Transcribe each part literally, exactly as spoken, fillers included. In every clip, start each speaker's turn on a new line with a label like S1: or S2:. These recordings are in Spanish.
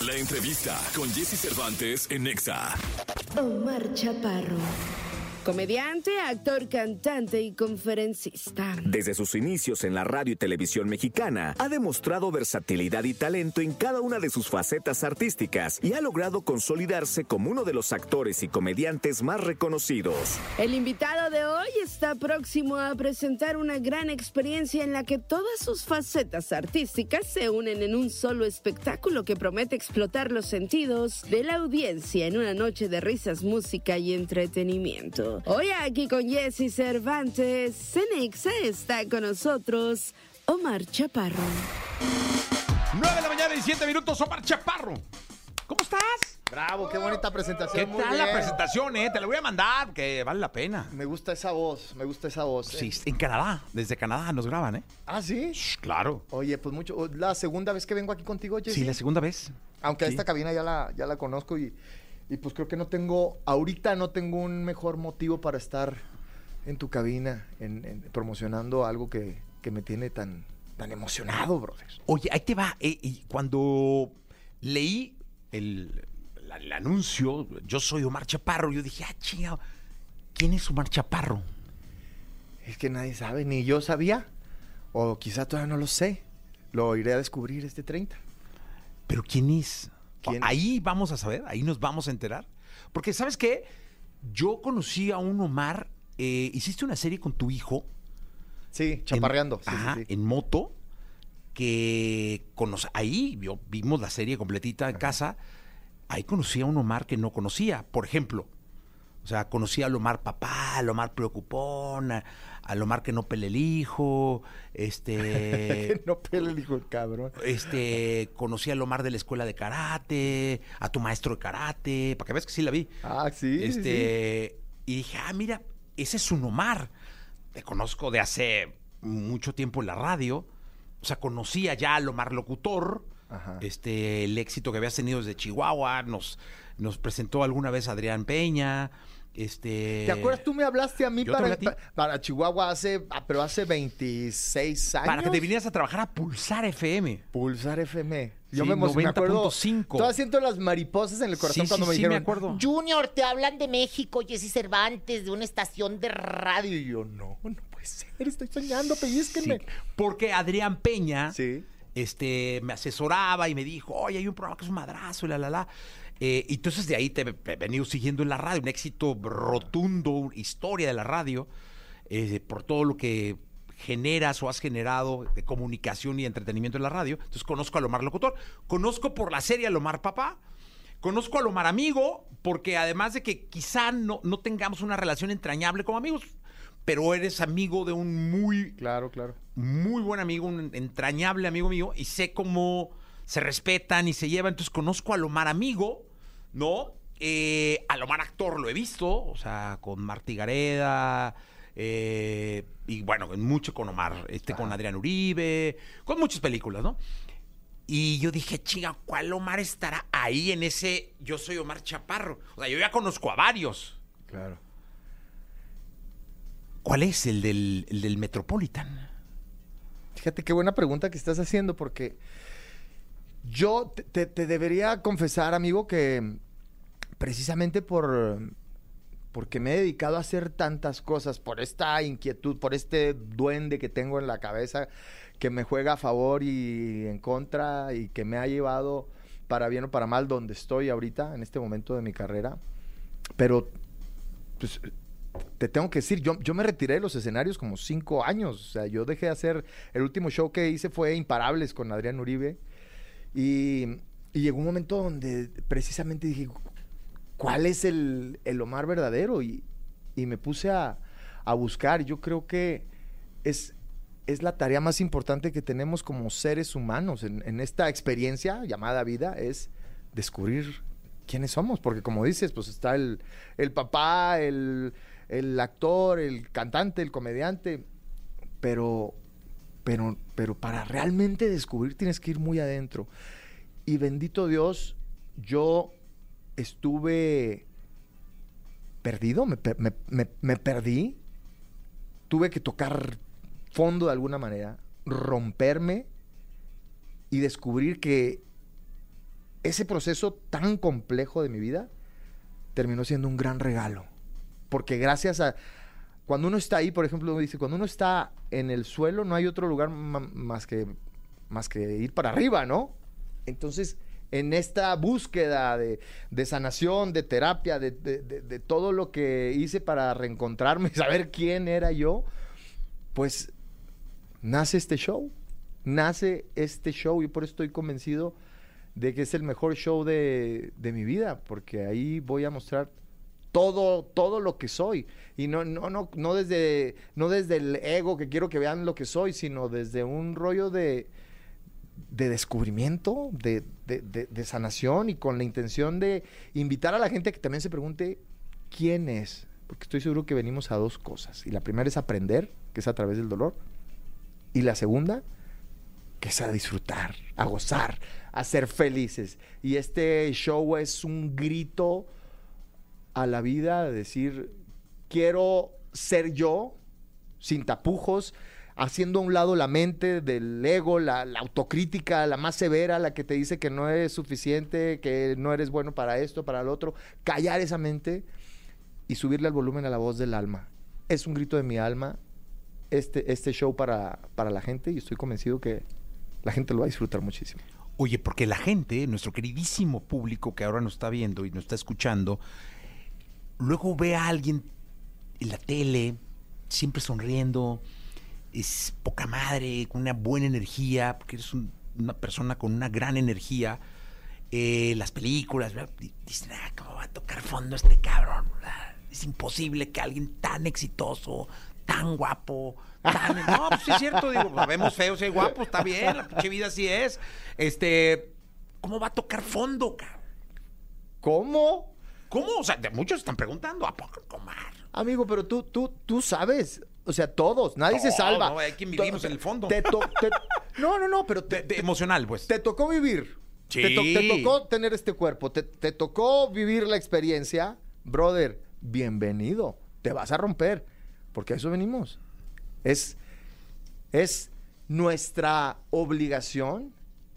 S1: La entrevista con Jesse Cervantes en Nexa.
S2: Omar Chaparro. Comediante, actor, cantante y conferencista.
S3: Desde sus inicios en la radio y televisión mexicana, ha demostrado versatilidad y talento en cada una de sus facetas artísticas y ha logrado consolidarse como uno de los actores y comediantes más reconocidos.
S2: El invitado de hoy está próximo a presentar una gran experiencia en la que todas sus facetas artísticas se unen en un solo espectáculo que promete explotar los sentidos de la audiencia en una noche de risas, música y entretenimiento. Hoy aquí con Jesse Cervantes, en Nexa está con nosotros Omar Chaparro.
S4: nueve de la mañana y siete minutos, Omar Chaparro. ¿Cómo estás?
S5: Bravo, qué bonita presentación.
S4: ¿Qué
S5: muy
S4: tal
S5: bien.
S4: la presentación, eh? Te la voy a mandar, que vale la pena.
S5: Me gusta esa voz, me gusta esa voz.
S4: Sí,
S5: eh.
S4: en Canadá, desde Canadá nos graban, ¿eh?
S5: ¿Ah, sí?
S4: Shh, claro.
S5: Oye, pues mucho. La segunda vez que vengo aquí contigo, Jesse.
S4: Sí, la segunda vez.
S5: Aunque
S4: Sí.
S5: esta cabina ya la, ya la conozco y, y pues creo que no tengo, ahorita no tengo un mejor motivo para estar en tu cabina, en, en- promocionando algo que, que me tiene tan, tan emocionado, brother.
S4: Oye, ahí te va. eh, y cuando leí el, la- el anuncio, yo soy Omar Chaparro, yo dije, ah, chingado, ¿quién es Omar Chaparro?
S5: Es que nadie sabe, ni yo sabía, o quizá todavía no lo sé. Lo iré a descubrir este treinta.
S4: ¿Pero quién es?
S5: ¿Quién?
S4: Ahí vamos a saber, ahí nos vamos a enterar. Porque, ¿sabes qué? Yo conocí a un Omar, eh, hiciste una serie con tu hijo.
S5: Sí,
S4: en-
S5: chaparreando. sí,
S4: ajá,
S5: sí, sí.
S4: en moto, que conoce, ahí vio- vimos la serie completita en casa. Ahí conocí a un Omar que no conocía, por ejemplo. O sea, conocí al Omar papá, al Omar preocupón, a- al Omar que no pele el hijo, este...
S5: no pele el hijo, el cabrón.
S4: Este, conocí al Omar de la escuela de karate, a tu maestro de karate, para que veas que sí la vi.
S5: Ah, sí. sí, sí.
S4: Este, y dije, ah, mira, ese es un Omar. Te conozco de hace mucho tiempo en la radio. O sea, conocía ya al Omar locutor,
S5: Ajá.
S4: este, el éxito que habías tenido desde Chihuahua, nos, nos presentó alguna vez Adrián Peña. Este,
S5: ¿Te acuerdas? Tú me hablaste a mí
S4: yo te
S5: para,
S4: hablé a ti.
S5: pa- para Chihuahua hace, ah, pero hace veintiséis años.
S4: para que te vinieras a trabajar a Pulsar F M.
S5: Pulsar F M. Yo
S4: Sí,
S5: me emocioné, me acuerdo.
S4: noventa punto cinco.
S5: Estaba haciendo las mariposas en el corazón
S4: Sí,
S5: cuando
S4: sí,
S5: me
S4: sí,
S5: dijeron.
S4: me acuerdo.
S6: Junior, te hablan de México, Jesse Cervantes, de una estación de radio.
S5: Radio. Y yo, no, no puede ser. Estoy soñando, pellizquenme.
S4: Sí, porque Adrián Peña
S5: Sí.
S4: este, me asesoraba y me dijo, oye, hay un programa que es un madrazo y la, la, la. Eh, y entonces de ahí te he venido siguiendo en la radio, un éxito rotundo, historia de la radio, eh, por todo lo que generas o has generado de comunicación y entretenimiento en la radio. Entonces conozco al Omar locutor, conozco por la serie al Omar papá, conozco al Omar amigo, porque además de que quizá no, no tengamos una relación entrañable como amigos, pero eres amigo de un muy
S5: Claro, claro.
S4: muy buen amigo, un entrañable amigo mío, y sé cómo se respetan y se llevan. Entonces conozco al Omar amigo, ¿no? Eh, al Omar actor lo he visto, o sea, con Martí Gareda, eh, y bueno, en mucho con Omar, este con Adrián Uribe, con muchas películas, ¿no? Y yo dije, chinga, ¿cuál Omar estará ahí en ese Yo Soy Omar Chaparro? O sea, yo ya conozco a varios.
S5: Claro.
S4: ¿Cuál es el del, el del Metropolitan?
S5: Fíjate qué buena pregunta que estás haciendo, porque yo te, te- te debería confesar, amigo, que precisamente por porque me he dedicado a hacer tantas cosas, por esta inquietud, por este duende que tengo en la cabeza, que me juega a favor y en contra, y que me ha llevado para bien o para mal donde estoy ahorita, en este momento de mi carrera. Pero, pues, te tengo que decir, yo, yo me retiré de los escenarios como cinco años. O sea, yo dejé de hacer... El último show que hice fue Imparables con Adrián Uribe. Y, y llegó un momento donde precisamente dije, ¿cuál es el, el Omar verdadero? Y, y me puse a, a buscar. Yo creo que es, es la tarea más importante que tenemos como seres humanos en, en esta experiencia llamada vida, es descubrir quiénes somos. Porque como dices, pues está el, el papá, el, el actor, el cantante, el comediante, pero, pero, pero para realmente descubrir tienes que ir muy adentro. Y bendito Dios, yo estuve perdido, me, per- me, me, me perdí, tuve que tocar fondo de alguna manera, romperme y descubrir que ese proceso tan complejo de mi vida terminó siendo un gran regalo. Porque gracias a... Cuando uno está ahí, por ejemplo, dice, cuando uno está en el suelo, no hay otro lugar más que, más que ir para arriba, ¿no? Entonces, en esta búsqueda de, de sanación, de terapia, de, de, de, de todo lo que hice para reencontrarme, saber quién era yo, pues nace este show. Nace este show y por eso estoy convencido de que es el mejor show de, de mi vida, porque ahí voy a mostrar todo, todo lo que soy. Y no, no, no, no desde, no desde el ego que quiero que vean lo que soy, sino desde un rollo de, de descubrimiento, de, de, de, de sanación y con la intención de invitar a la gente a que también se pregunte quién es. Porque estoy seguro que venimos a dos cosas. Y la primera es aprender, que es a través del dolor. Y la segunda, que es a disfrutar, a gozar, a ser felices. Y este show es un grito a la vida de decir, quiero ser yo, sin tapujos, haciendo a un lado la mente del ego, la, la autocrítica, la más severa, la que te dice que no es suficiente, que no eres bueno para esto, para lo otro. Callar esa mente y subirle el volumen a la voz del alma. Es un grito de mi alma, este, este show para, para la gente, y estoy convencido que la gente lo va a disfrutar muchísimo.
S4: Oye, porque la gente, nuestro queridísimo público que ahora nos está viendo y nos está escuchando, luego ve a alguien en la tele, siempre sonriendo, es poca madre, con una buena energía, porque eres un, una persona con una gran energía. Eh, las películas, ¿verdad? Dicen, ah, ¿cómo va a tocar fondo este cabrón? Es imposible que alguien tan exitoso, tan guapo, tan... No, pues sí es cierto, digo, pues, vemos feos y guapos, está bien, la pinche vida así es. Este, ¿cómo va a tocar fondo, cabrón?
S5: ¿Cómo?
S4: ¿Cómo? O sea, de muchos están preguntando, ¿a poco tomar?
S5: Amigo, pero tú, tú, tú sabes, o sea, todos, nadie
S4: No,
S5: se salva.
S4: no, hay quien vivimos
S5: To-
S4: en el fondo.
S5: te to- te- no, no, no, pero te,
S4: De- de
S5: te-
S4: emocional, pues.
S5: te tocó vivir.
S4: Sí.
S5: Te, to- te tocó tener este cuerpo, te, te tocó vivir la experiencia. Brother, bienvenido, te vas a romper, porque a eso venimos. Es, es nuestra obligación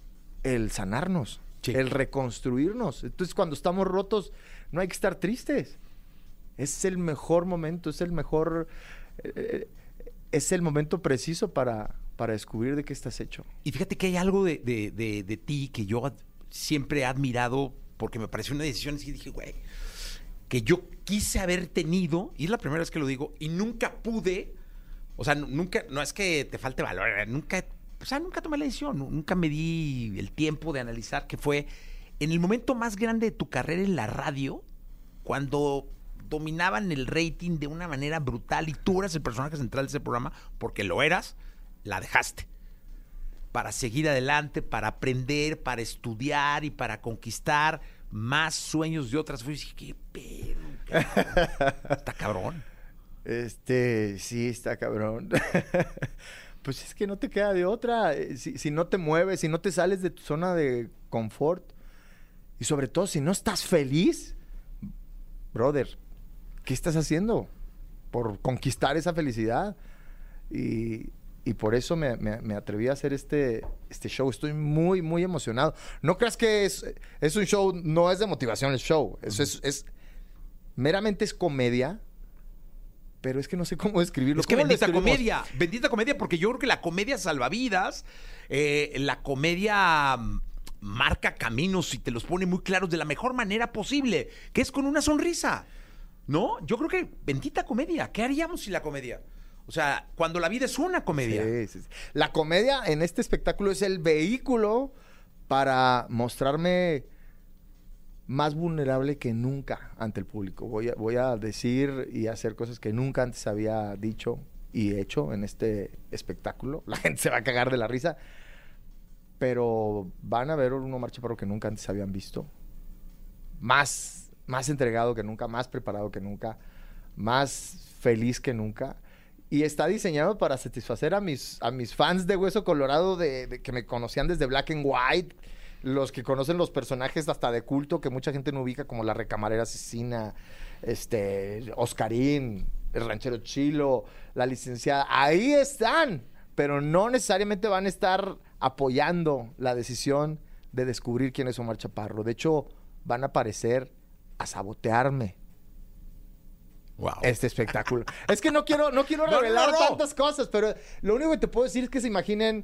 S5: el sanarnos,
S4: Sí.
S5: el reconstruirnos. Entonces, cuando estamos rotos, no hay que estar tristes. Es el mejor momento, es el mejor... eh, es el momento preciso para, para descubrir de qué estás hecho.
S4: Y fíjate que hay algo de, de, de, de ti que yo ad- siempre he admirado, porque me pareció una decisión así, dije, güey, que yo quise haber tenido, y es la primera vez que lo digo, y nunca pude, o sea, nu- nunca, no es que te falte valor, nunca, o sea, nunca tomé la decisión, nu- nunca me di el tiempo de analizar, que fue en el momento más grande de tu carrera en la radio, cuando dominaban el rating de una manera brutal y tú eras el personaje central de ese programa, porque lo eras, la dejaste. Para seguir adelante, para aprender, para estudiar y para conquistar más sueños de otras. Fui y dije, qué pedo, cabrón. Está cabrón.
S5: Este, sí, está cabrón. Pues es que no te queda de otra. Eh, Si, si no te mueves, si no te sales de tu zona de confort, y sobre todo si no estás feliz, brother, ¿qué estás haciendo por conquistar esa felicidad? Y, y por eso me, me- me atreví a hacer este, este show. Estoy muy, muy emocionado. No creas que es, es un show, no es de motivación el show. Eso es, es meramente es comedia. Pero es que no sé cómo describirlo.
S4: Es que
S5: ¿Cómo lo
S4: bendita
S5: describimos?
S4: comedia, bendita comedia, porque yo creo que la comedia salvavidas, eh, la comedia mm, marca caminos y te los pone muy claros de la mejor manera posible, que es con una sonrisa, ¿no? Yo creo que bendita comedia, ¿qué haríamos sin la comedia? O sea, cuando la vida es una comedia.
S5: Sí, sí, sí. La comedia en este espectáculo es el vehículo para mostrarme más vulnerable que nunca ante el público. Voy a, voy a decir y hacer cosas que nunca antes había dicho y hecho en este espectáculo. La gente se va a cagar de la risa, pero van a ver un Omar Chaparro que nunca antes habían visto. Más, más entregado que nunca, más preparado que nunca, más feliz que nunca. Y está diseñado para satisfacer a mis, a mis fans de Hueso Colorado de, de que me conocían desde Black and White, los que conocen los personajes hasta de culto que mucha gente no ubica, como la recamarera asesina, este, Oscarín, el ranchero Chilo, la licenciada. Ahí están, pero no necesariamente van a estar apoyando la decisión de descubrir quién es Omar Chaparro. De hecho, van a aparecer a sabotearme
S4: Wow.
S5: este espectáculo. Es que no quiero, no quiero
S4: No,
S5: revelar
S4: no, no.
S5: tantas cosas, pero lo único que te puedo decir es que se imaginen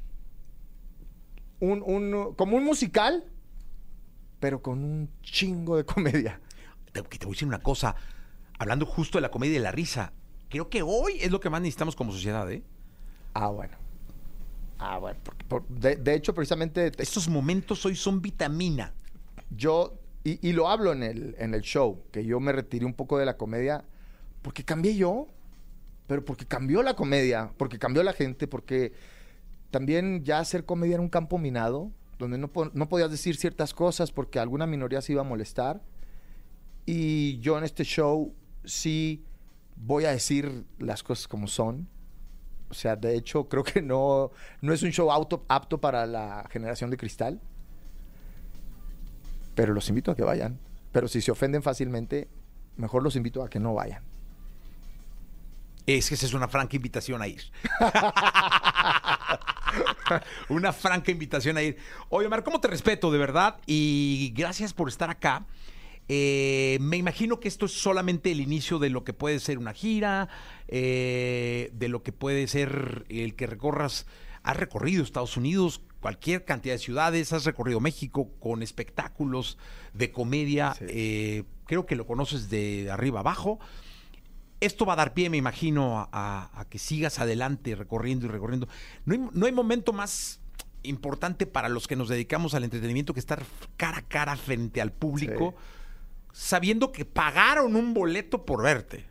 S5: un, un, como un musical, pero con un chingo de comedia.
S4: Te, que te voy a decir una cosa. Hablando justo de la comedia y de la risa, creo que hoy es lo que más necesitamos como sociedad, ¿eh?
S5: Ah, bueno. Ah, bueno. Por- por- de, de hecho, precisamente te-
S4: Estos momentos hoy son vitamina.
S5: yo, y, y lo hablo en el, en el show, que yo me retiré un poco de la comedia porque cambié yo, pero porque cambió la comedia, porque cambió la gente, porque también ya hacer comedia era un campo minado, donde no, po- no podías decir ciertas cosas porque alguna minoría se iba a molestar. Y yo en este show sí voy a decir las cosas como son. O sea, de hecho, creo que no, no es un show auto, apto para la generación de cristal. Pero los invito a que vayan. Pero si se ofenden fácilmente, mejor los invito a que no vayan.
S4: Es que esa es una franca invitación a ir. Una franca invitación a ir. Oye, Omar, ¿cómo te respeto, de verdad? Y gracias por estar acá. Eh, me imagino que esto es solamente el inicio de lo que puede ser una gira, eh, de lo que puede ser el que recorras. Has recorrido Estados Unidos, cualquier cantidad de ciudades, has recorrido México con espectáculos de comedia.
S5: Sí.
S4: Eh, creo que lo conoces de arriba abajo. Esto va a dar pie, me imagino, a, a- a que sigas adelante recorriendo y recorriendo. No hay, no hay momento más importante para los que nos dedicamos al entretenimiento que estar cara a cara frente al público, sabiendo que pagaron un boleto por verte.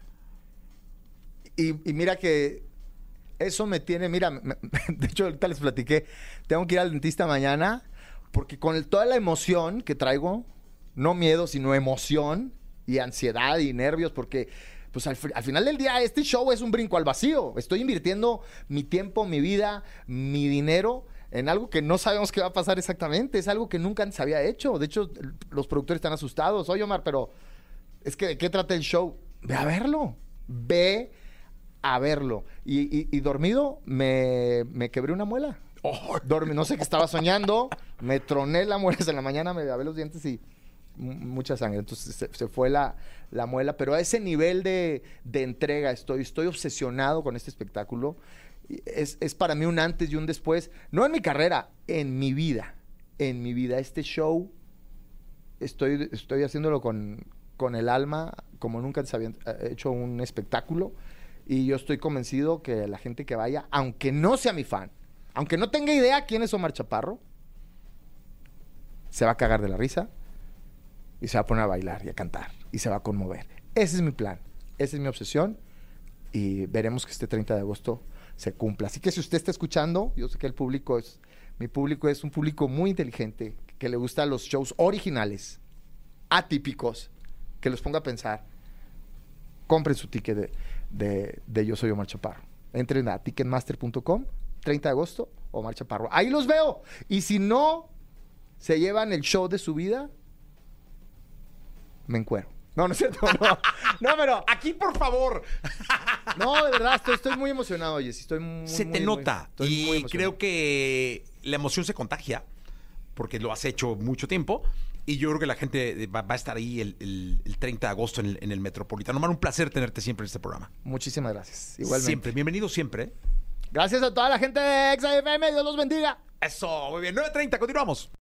S5: Y, y mira que eso me tiene, mira, me- de hecho ahorita les platiqué, tengo que ir al dentista mañana porque con el- toda la emoción que traigo, no miedo, sino emoción y ansiedad y nervios, porque pues al, fi- al final del día este show es un brinco al vacío. Estoy invirtiendo mi tiempo, mi vida, mi dinero en algo que no sabemos qué va a pasar exactamente. Es algo que nunca antes había hecho. De hecho, el- los productores están asustados. Oye, Omar, pero es que ¿de qué trata el show? Ve a verlo. Ve a verlo. Y, y- y dormido me, me quebré una muela. Dormi, no sé qué estaba soñando. Me troné la muela en la mañana, me lavé los dientes y m- mucha sangre. Entonces se, se fue la, la muela. Pero a ese nivel de, de entrega estoy. Estoy obsesionado con este espectáculo. Y Es, es para mí un antes y un después. No en mi carrera, en mi vida. En mi vida. Este show estoy, estoy haciéndolo con, con el alma, como nunca se había eh, hecho un espectáculo. Y yo estoy convencido que la gente que vaya, aunque no sea mi fan, aunque no tenga idea quién es Omar Chaparro, se va a cagar de la risa y se va a poner a bailar y a cantar y se va a conmover. Ese es mi plan, esa es mi obsesión y veremos que este treinta de agosto se cumpla. Así que si usted está escuchando, yo sé que el público es, mi público es un público muy inteligente, que le gustan los shows originales, atípicos, que los ponga a pensar. Compren su ticket de, de, de Yo Soy Omar Chaparro. Entren a ticketmaster punto com, treinta de agosto, Omar Chaparro. Ahí los veo. Y si no se llevan el show de su vida, me encuero. No, no es cierto. No, no pero...
S4: Aquí, por favor.
S5: No, de verdad, estoy, estoy muy emocionado, Jessy. Estoy muy,
S4: Se te
S5: muy,
S4: nota.
S5: muy- estoy muy
S4: y
S5: emocionado.
S4: creo que la emoción se contagia, porque lo has hecho mucho tiempo. Y yo creo que la gente va, va a estar ahí el, el- el treinta de agosto en el, en el Metropolitano. Omar, un placer tenerte siempre en este programa.
S5: Muchísimas gracias. Igualmente.
S4: Siempre. Bienvenido siempre. ¿eh?
S5: Gracias a toda la gente de Exa F M. Dios los bendiga.
S4: Eso, muy bien. nueve treinta, continuamos.